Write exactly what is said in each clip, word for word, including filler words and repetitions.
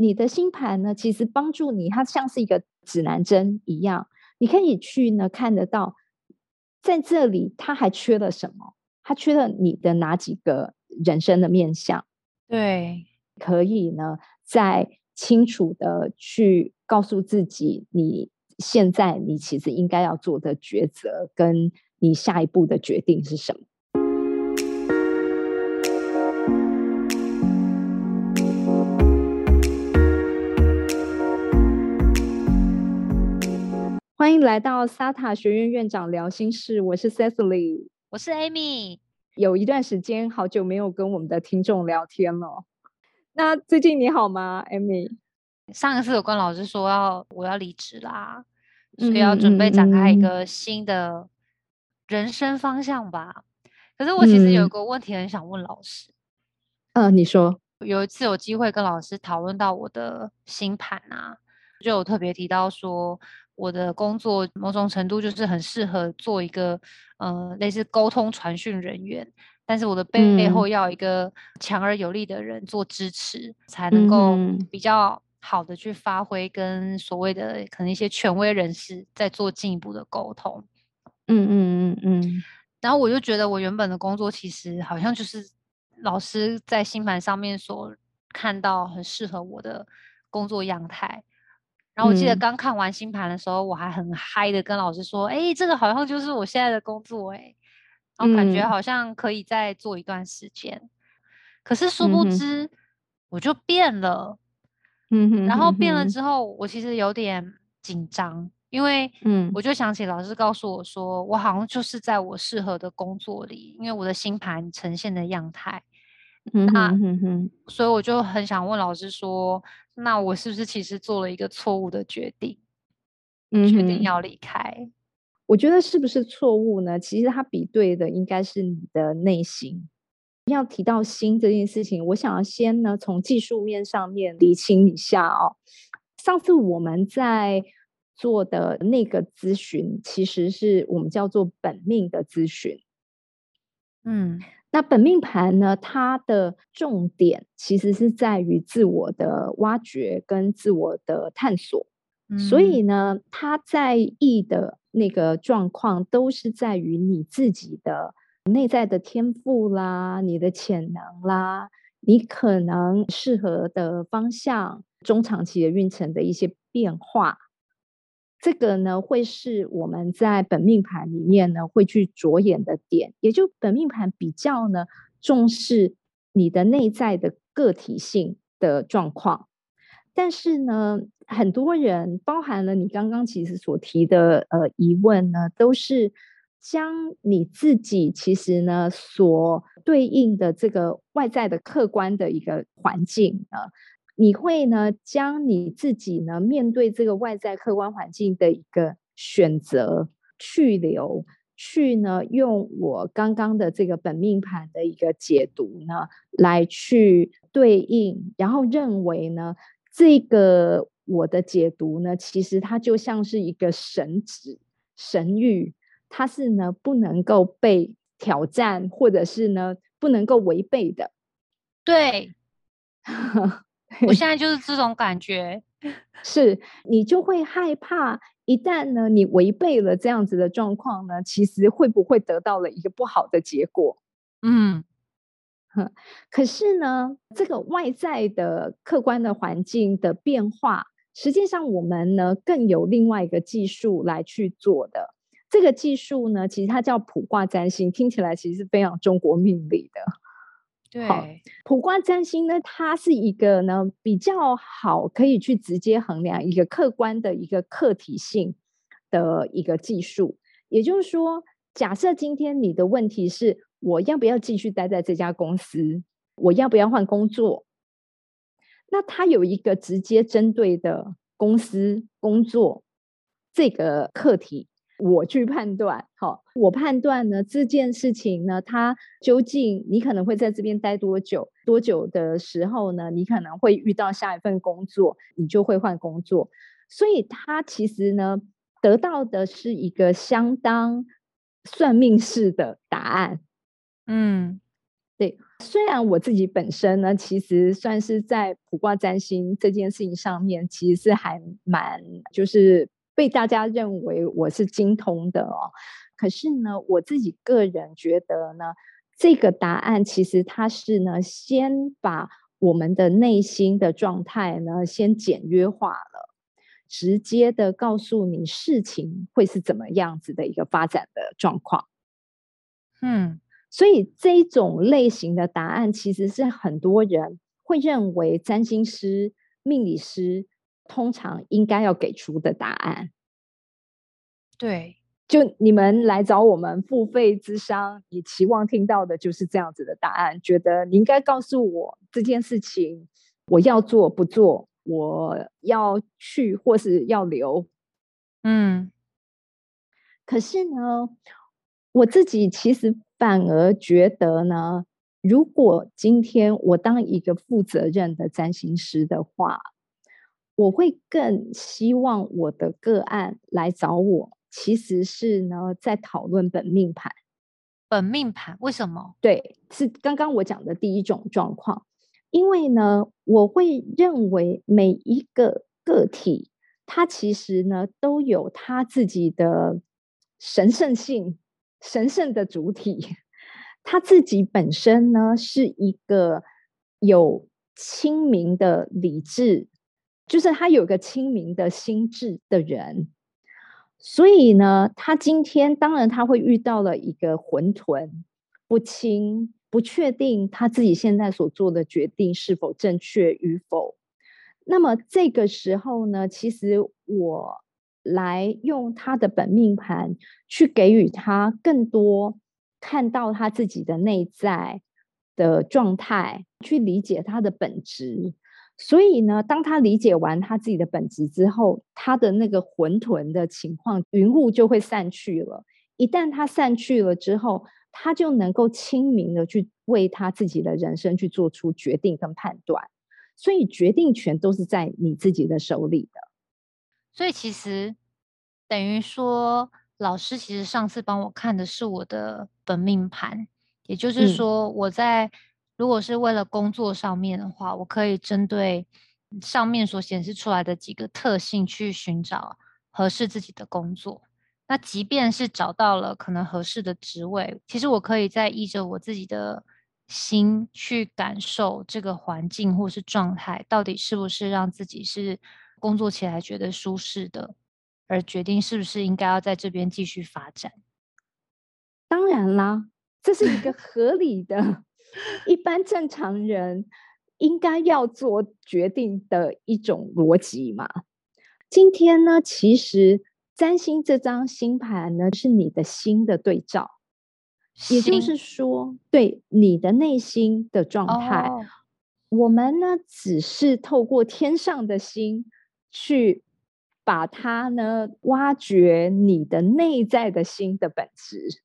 你的星盘呢，其实帮助你，它像是一个指南针一样，你可以去呢看得到，在这里它还缺了什么，它缺了你的哪几个人生的面向。 对， 可以呢再清楚的去告诉自己，你现在你其实应该要做的抉择，跟你下一步的决定是什么。欢迎来到 S A T A 学院院长聊心事，我是 Cecily， 我是 Amy。 有一段时间好久没有跟我们的听众聊天了，那最近你好吗 Amy？ 上一次有跟老师说要我要离职啦，所以要嗯准备展开一嗯个新的人生方向吧。可是我其实有嗯个问题很想问老师。 呃，你说。 有一次有机会跟老师讨论到我的星盘啊，就有特别提到说，我的工作某种程度就是很适合做一个呃类似沟通传讯人员，但是我的背后嗯要有一个强而有力的人做支持，才能嗯够哼比较好的去发挥跟所谓的可能一些权威人士在做进一步的沟通。 嗯嗯嗯嗯然后我就觉得我原本的工作其实好像就是老师在星盘上面所看到很适合我的工作样态。然后我记得嗯刚看完星盘的时候，我还很嗨的跟老师说：“哎，这个好像就是我现在的工作哎。”然后感觉嗯好像可以再做一段时间。可是殊嗯哼不知我就变了。 嗯哼然后哼哼变了之后，我其实有点紧张，因为嗯我就想起老师告诉我说，我好像就是在我适合的工作里，因为我的星盘呈现的样态。 嗯那哼哼哼所以我就很想问老师说，那我是不是其实做了一个错误的决定，决定嗯哼， 要离开？ 我觉得是不是错误呢？其实它比对的应该是你的内心。要提到心这件事情，我想要先呢从技术面上面厘清一下哦。上次我们在做的那个咨询，其实是我们叫做本命的咨询。 嗯那本命盘呢，它的重点其实是在于自我的挖掘跟自我的探索，所以嗯呢，它在意的那个状况都是在于你自己的内在的天赋啦，你的潜能啦，你可能适合的方向，中长期的运程的一些变化。这个呢，会是我们在本命盘里面呢会去着眼的点，也就本命盘比较呢重视你的内在的个体性的状况。但是呢，很多人包含了你刚刚其实所提的呃疑问呢，都是将你自己其实呢所对应的这个外在的客观的一个环境呢，你会呢将你自己呢面对这个外在客观环境的一个选择去留，去呢用我刚刚的这个本命盘的一个解读呢来去对应，然后认为呢这个我的解读呢，其实它就像是一个神旨神谕，它是呢不能够被挑战，或者是呢不能够违背的。 对，我现在就是这种感觉。 是你就会害怕，一旦呢你违背了这样子的状况呢，其实会不会得到了一个不好的结果？ 嗯可是呢，这个外在的客观的环境的变化，实际上我们呢更有另外一个技术来去做的。这个技术呢，其实它叫卜卦占星，听起来其实是非常中国命理的。好， 对， 卜卦占星呢，它是一个呢比较好可以去直接衡量一个客观的一个客体性的一个技术。也就是说，假设今天你的问题是我要不要继续待在这家公司，我要不要换工作，那它有一个直接针对的公司工作这个课题，我去判断。好，我判断呢这件事情呢，它究竟你可能会在这边待多久？多久的时候呢，你可能会遇到下一份工作，你就会换工作。所以它其实呢，得到的是一个相当算命式的答案。 嗯对， 虽然我自己本身呢，其实算是在卜卦占星这件事情上面，其实是还蛮就是被大家认为我是精通的哦。可是呢，我自己个人觉得呢，这个答案其实它是呢，先把我们的内心的状态呢，先简约化了，直接的告诉你事情会是怎么样子的一个发展的状况。 嗯， 所以这一种类型的答案，其实是很多人会认为占星师、命理师通常应该要给出的答案。 对， 就你们来找我们付费咨商，你期望听到的就是这样子的答案，觉得你应该告诉我这件事情，我要做不做，我要去或是要留。 嗯， 可是呢，我自己其实反而觉得呢，如果今天我当一个负责任的占星师的话，我会更希望我的个案来找我，其实是呢在讨论本命盘。 本命盘为什么？ 对，是刚刚我讲的第一种状况。因为呢，我会认为每一个个体，它其实呢都有它自己的神圣性、神圣的主体。他自己本身呢是一个有清明的理智，就是他有个清明的心智的人。所以呢，他今天当然他会遇到了一个混沌、不清、不确定他自己现在所做的决定是否正确与否。那么这个时候呢，其实我来用他的本命盘去给予他更多看到他自己的内在的状态，去理解他的本质。所以呢，当他理解完他自己的本质之后，他的那个混沌的情况，云雾就会散去了。一旦他散去了之后，他就能够清明的去为他自己的人生去做出决定跟判断。所以决定权都是在你自己的手里的。 所以其实等于说，老师其实上次帮我看的是我的本命盘，也就是嗯， 说，我在如果是为了工作上面的话，我可以针对上面所显示出来的几个特性去寻找合适自己的工作。那即便是找到了可能合适的职位，其实我可以再依着我自己的心去感受这个环境或是状态，到底是不是让自己是工作起来觉得舒适的，而决定是不是应该要在这边继续发展。 当然啦，这是一个合理的，一般正常人应该要做决定的一种逻辑嘛。今天呢，其实占星这张星盘呢，是你的心的对照，也就心是说，对你的内心的状态， 哦， 我们呢只是透过天上的星去把它呢挖掘你的内在的心的本质。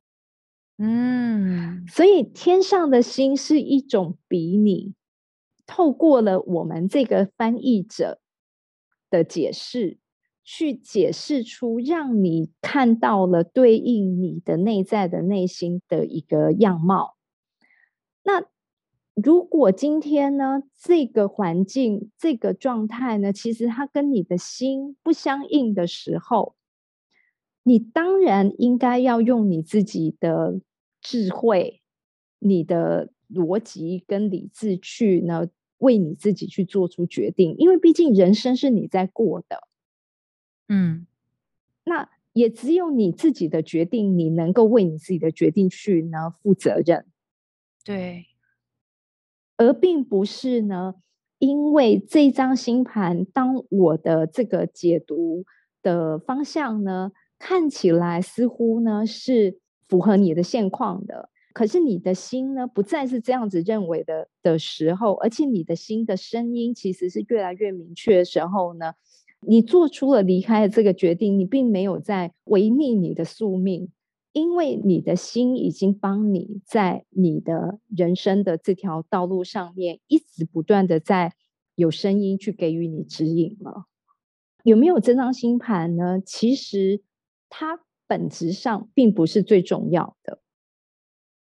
嗯， 所以天上的星是一种比拟，透过了我们这个翻译者的解释，去解释出让你看到了对应你的内在的内心的一个样貌。那如果今天呢，这个环境、这个状态呢，其实它跟你的心不相应的时候，你当然应该要用你自己的智慧、你的逻辑跟理智去呢，为你自己去做出决定，因为毕竟人生是你在过的， 嗯， 那也只有你自己的决定，你能够为你自己的决定去呢负责任。 对， 而并不是呢，因为这张星盘，当我的这个解读的方向呢，看起来似乎呢是符合你的现况的，可是你的心呢不再是这样子认为的的时候，而且你的心的声音其实是越来越明确的时候呢，你做出了离开的这个决定，你并没有在违逆你的宿命，因为你的心已经帮你在你的人生的这条道路上面，一直不断的在有声音去给予你指引了。有没有这张星盘呢？其实它本质上并不是最重要的。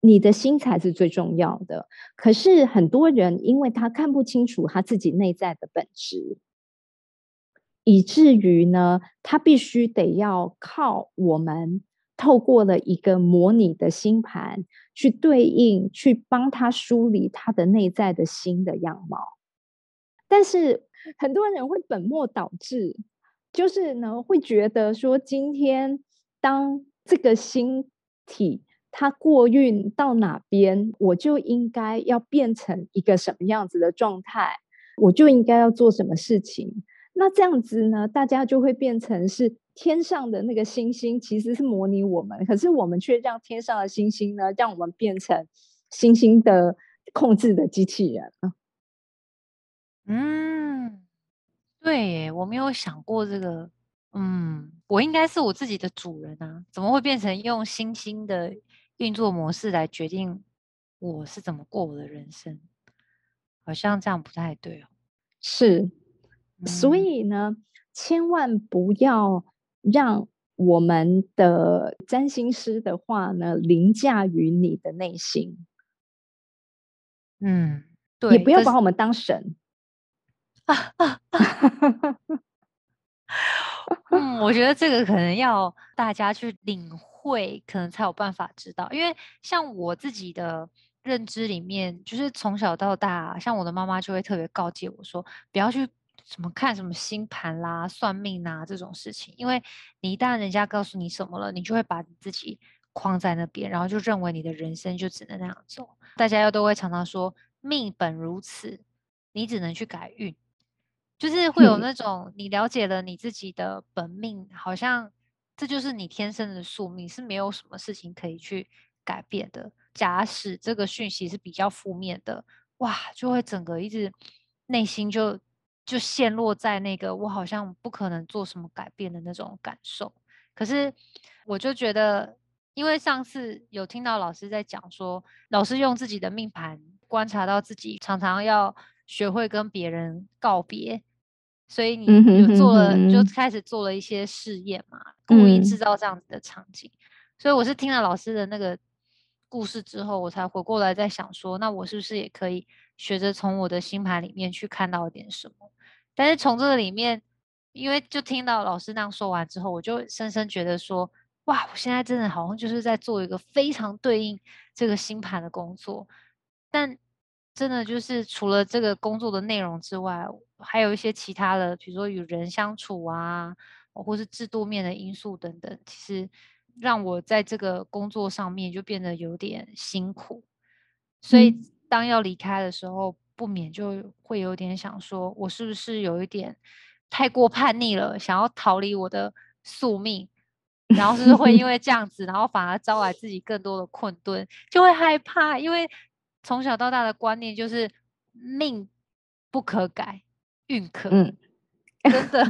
你的心才是最重要的。可是很多人因为他看不清楚他自己内在的本质，以至于呢，他必须得要靠我们透过了一个模拟的星盘去对应，去帮他梳理他的内在的心的样貌。但是很多人会本末倒置，就是呢，会觉得说，今天当这个星体它过运到哪边，我就应该要变成一个什么样子的状态，我就应该要做什么事情。那这样子呢，大家就会变成是天上的那个星星其实是模拟我们，可是我们却让天上的星星呢，让我们变成星星的控制的机器人了。 嗯，对耶，我没有想过这个。嗯，我应该是我自己的主人啊，怎么会变成用星星的运作模式来决定我是怎么过我的人生？好像这样不太对哦。 是，所嗯以呢，千万不要让我们的占星师的话呢，凌驾于你的内心， 嗯，对， 也不要可是把我们当神。 啊啊啊，嗯，我觉得这个可能要大家去领会，可能才有办法知道。因为像我自己的认知里面，就是从小到大，像我的妈妈就会特别告诫我说，不要去什么看什么星盘啦、算命啊这种事情，因为你一旦人家告诉你什么了，你就会把你自己框在那边，然后就认为你的人生就只能那样走。大家又都会常常说，命本如此，你只能去改运。就是会有嗯那种你了解了你自己的本命，好像这就是你天生的宿命，是没有什么事情可以去改变的。假使这个讯息是比较负面的，哇，就会整个一直内心就就陷落在那个我好像不可能做什么改变的那种感受。可是我就觉得，因为上次有听到老师在讲说，老师用自己的命盘观察到自己常常要学会跟别人告别，所以你嗯哼哼有做了，就哼， 开始做了一些试验嘛，故意制嗯造这样子的场景。所以我是听了老师的那个故事之后，我才回过来在想说，那我是不是也可以学着从我的星盘里面去看到一点什么？但是从这个里面，因为就听到老师那样说完之后，我就深深觉得说，哇，我现在真的好像就是在做一个非常对应这个星盘的工作。但真的就是除了这个工作的内容之外，还有一些其他的，比如说与人相处啊，或是制度面的因素等等，其实让我在这个工作上面就变得有点辛苦。所以嗯。 当要离开的时候，不免就会有点想说，我是不是有一点太过叛逆了，想要逃离我的宿命，然后是不是会因为这样子，然后反而招来自己更多的困顿，就会害怕，因为从小到大的观念就是命不可改，运可嗯。 移，真的。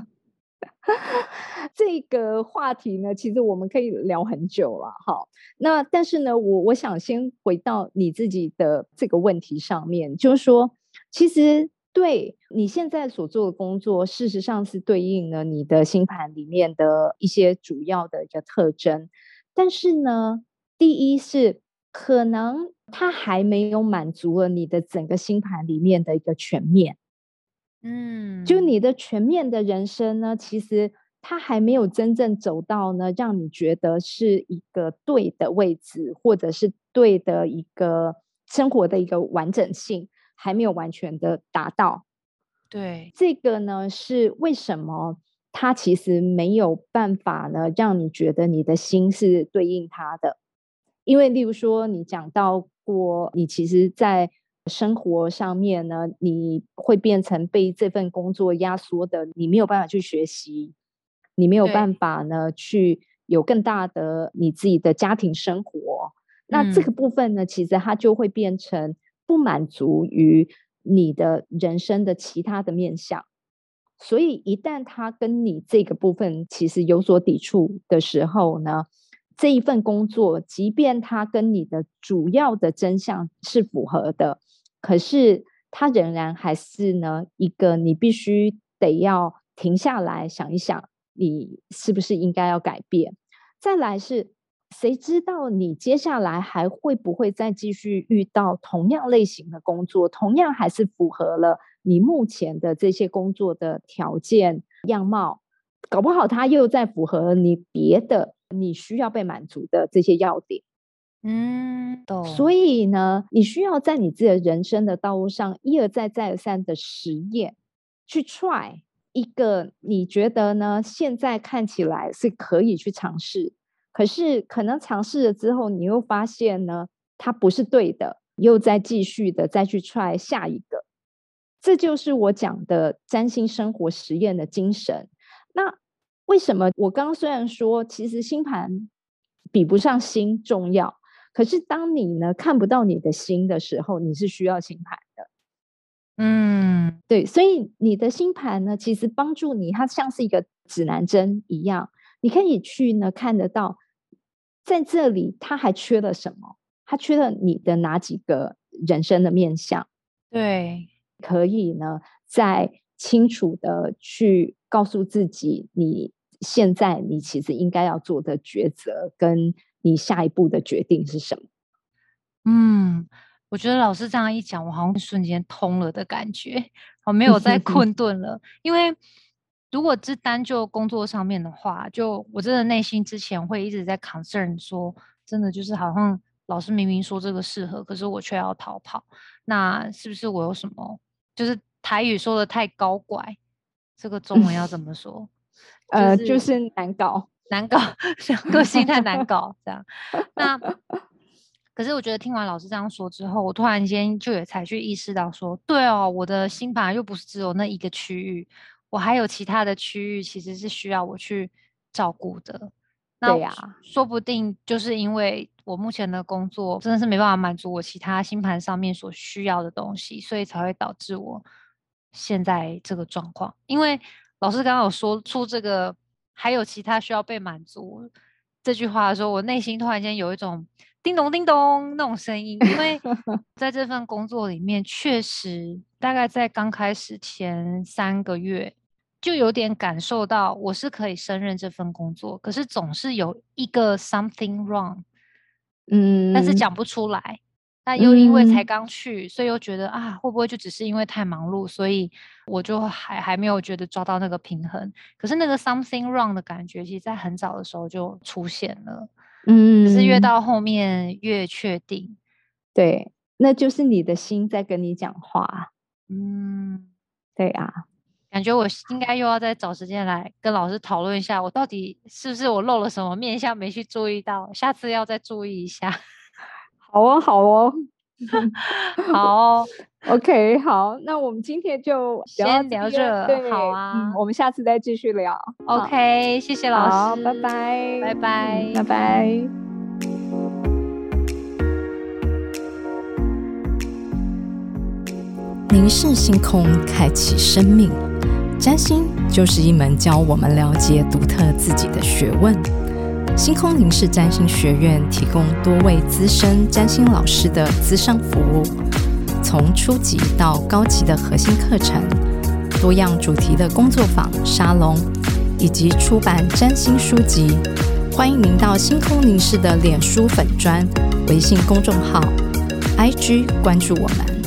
这个话题呢，其实我们可以聊很久了哈。那但是呢，我我想先回到你自己的这个问题上面，就是说，其实对你现在所做的工作，事实上是对应了你的星盘里面的一些主要的一个特征。但是呢，第一是可能它还没有满足了你的整个星盘里面的一个全面。就嗯， 你的全面的人生呢，其实它还没有真正走到呢，让你觉得是一个对的位置，或者是对的一个生活的一个完整性，还没有完全的达到。 对这个呢，是为什么它其实没有办法呢，让你觉得你的心是对应它的。因为例如说你讲到过，你其实在生活上面呢，你会变成被这份工作压缩的，你没有办法去学习，你没有办对， 法呢去有更大的你自己的家庭生活。那这个嗯， 部分呢，其实它就会变成不满足于你的人生的其他的面向。所以一旦它跟你这个部分其实有所抵触的时候呢，这一份工作，即便它跟你的主要的真相是符合的，可是它仍然还是呢一个你必须得要停下来想一想，你是不是应该要改变。再来是谁知道你接下来还会不会再继续遇到同样类型的工作，同样还是符合了你目前的这些工作的条件样貌，搞不好它又在符合你别的你需要被满足的这些要点。 嗯，懂。 所以呢，你需要在你自己的人生的道路上一而再再而三的实验，去 try 一个你觉得呢现在看起来是可以去尝试，可是可能尝试了之后你又发现呢它不是对的，又再继续的再去 try 下一个。这就是我讲的占星生活实验的精神。那为什么我刚刚虽然说其实星盘比不上星重要，可是当你呢看不到你的星的时候，你是需要星盘的。 嗯， 对，所以你的星盘呢其实帮助你，它像是一个指南针一样，你可以去呢看得到在这里它还缺了什么，它缺了你的哪几个人生的面向。 对， 可以呢再清楚的去告诉自己你现在你其实应该要做的抉择跟你下一步的决定是什么。 嗯，我觉得老师这样一讲，我好像瞬间通了的感觉，我没有再困顿了。因为如果是单就工作上面的话，就我真的内心之前会一直在 concern 说，真的就是好像老师明明说这个适合，可是我却要逃跑，那是不是我有什么就是台语说的太高拐，这个中文要怎么说？ 呃，就是难搞， 难搞，个性太难搞，这样。那可是我觉得听完老师这样说之后，我突然间就也才去意识到说，对哦，我的星盘又不是只有那一个区域，我还有其他的区域其实是需要我去照顾的。那对呀、啊， 说不定就是因为我目前的工作真的是没办法满足我其他星盘上面所需要的东西，所以才会导致我现在这个状况。因为老师刚刚有说出这个还有其他需要被满足这句话的时候，我内心突然间有一种叮咚叮咚那种声音，因为在这份工作里面，确实大概在刚开始前三个月就有点感受到我是可以胜任这份工作，可是总是有一个 something wrong， 嗯， 但是讲不出来。那又因为才刚去，嗯、所以又觉得啊，会不会就只是因为太忙碌，所以我就还还没有觉得抓到那个平衡。可是那个 something wrong 的感觉，其实在很早的时候就出现了，嗯，只是越到后面越确定。 对，那就是你的心在跟你讲话。 嗯， 对啊， 感觉我应该又要再找时间来跟老师讨论一下，我到底是不是我漏了什么面向没去注意到，下次要再注意一下。 好哦，好哦， 好哦 ，OK， 好，那我们今天就先聊这， 对， 好啊， 嗯，我们下次再继续聊。 OK，谢谢老师， 好，拜拜， 拜拜， 嗯，拜拜。 凝视星空，开启生命。占星就是一门教我们了解独特自己的学问。星空凝视占星学院提供多位资深占星老师的咨商服务，从初级到高级的核心课程，多样主题的工作坊、沙龙，以及出版占星书籍。欢迎您到星空凝视的脸书粉专、微信公众号、I G 关注我们。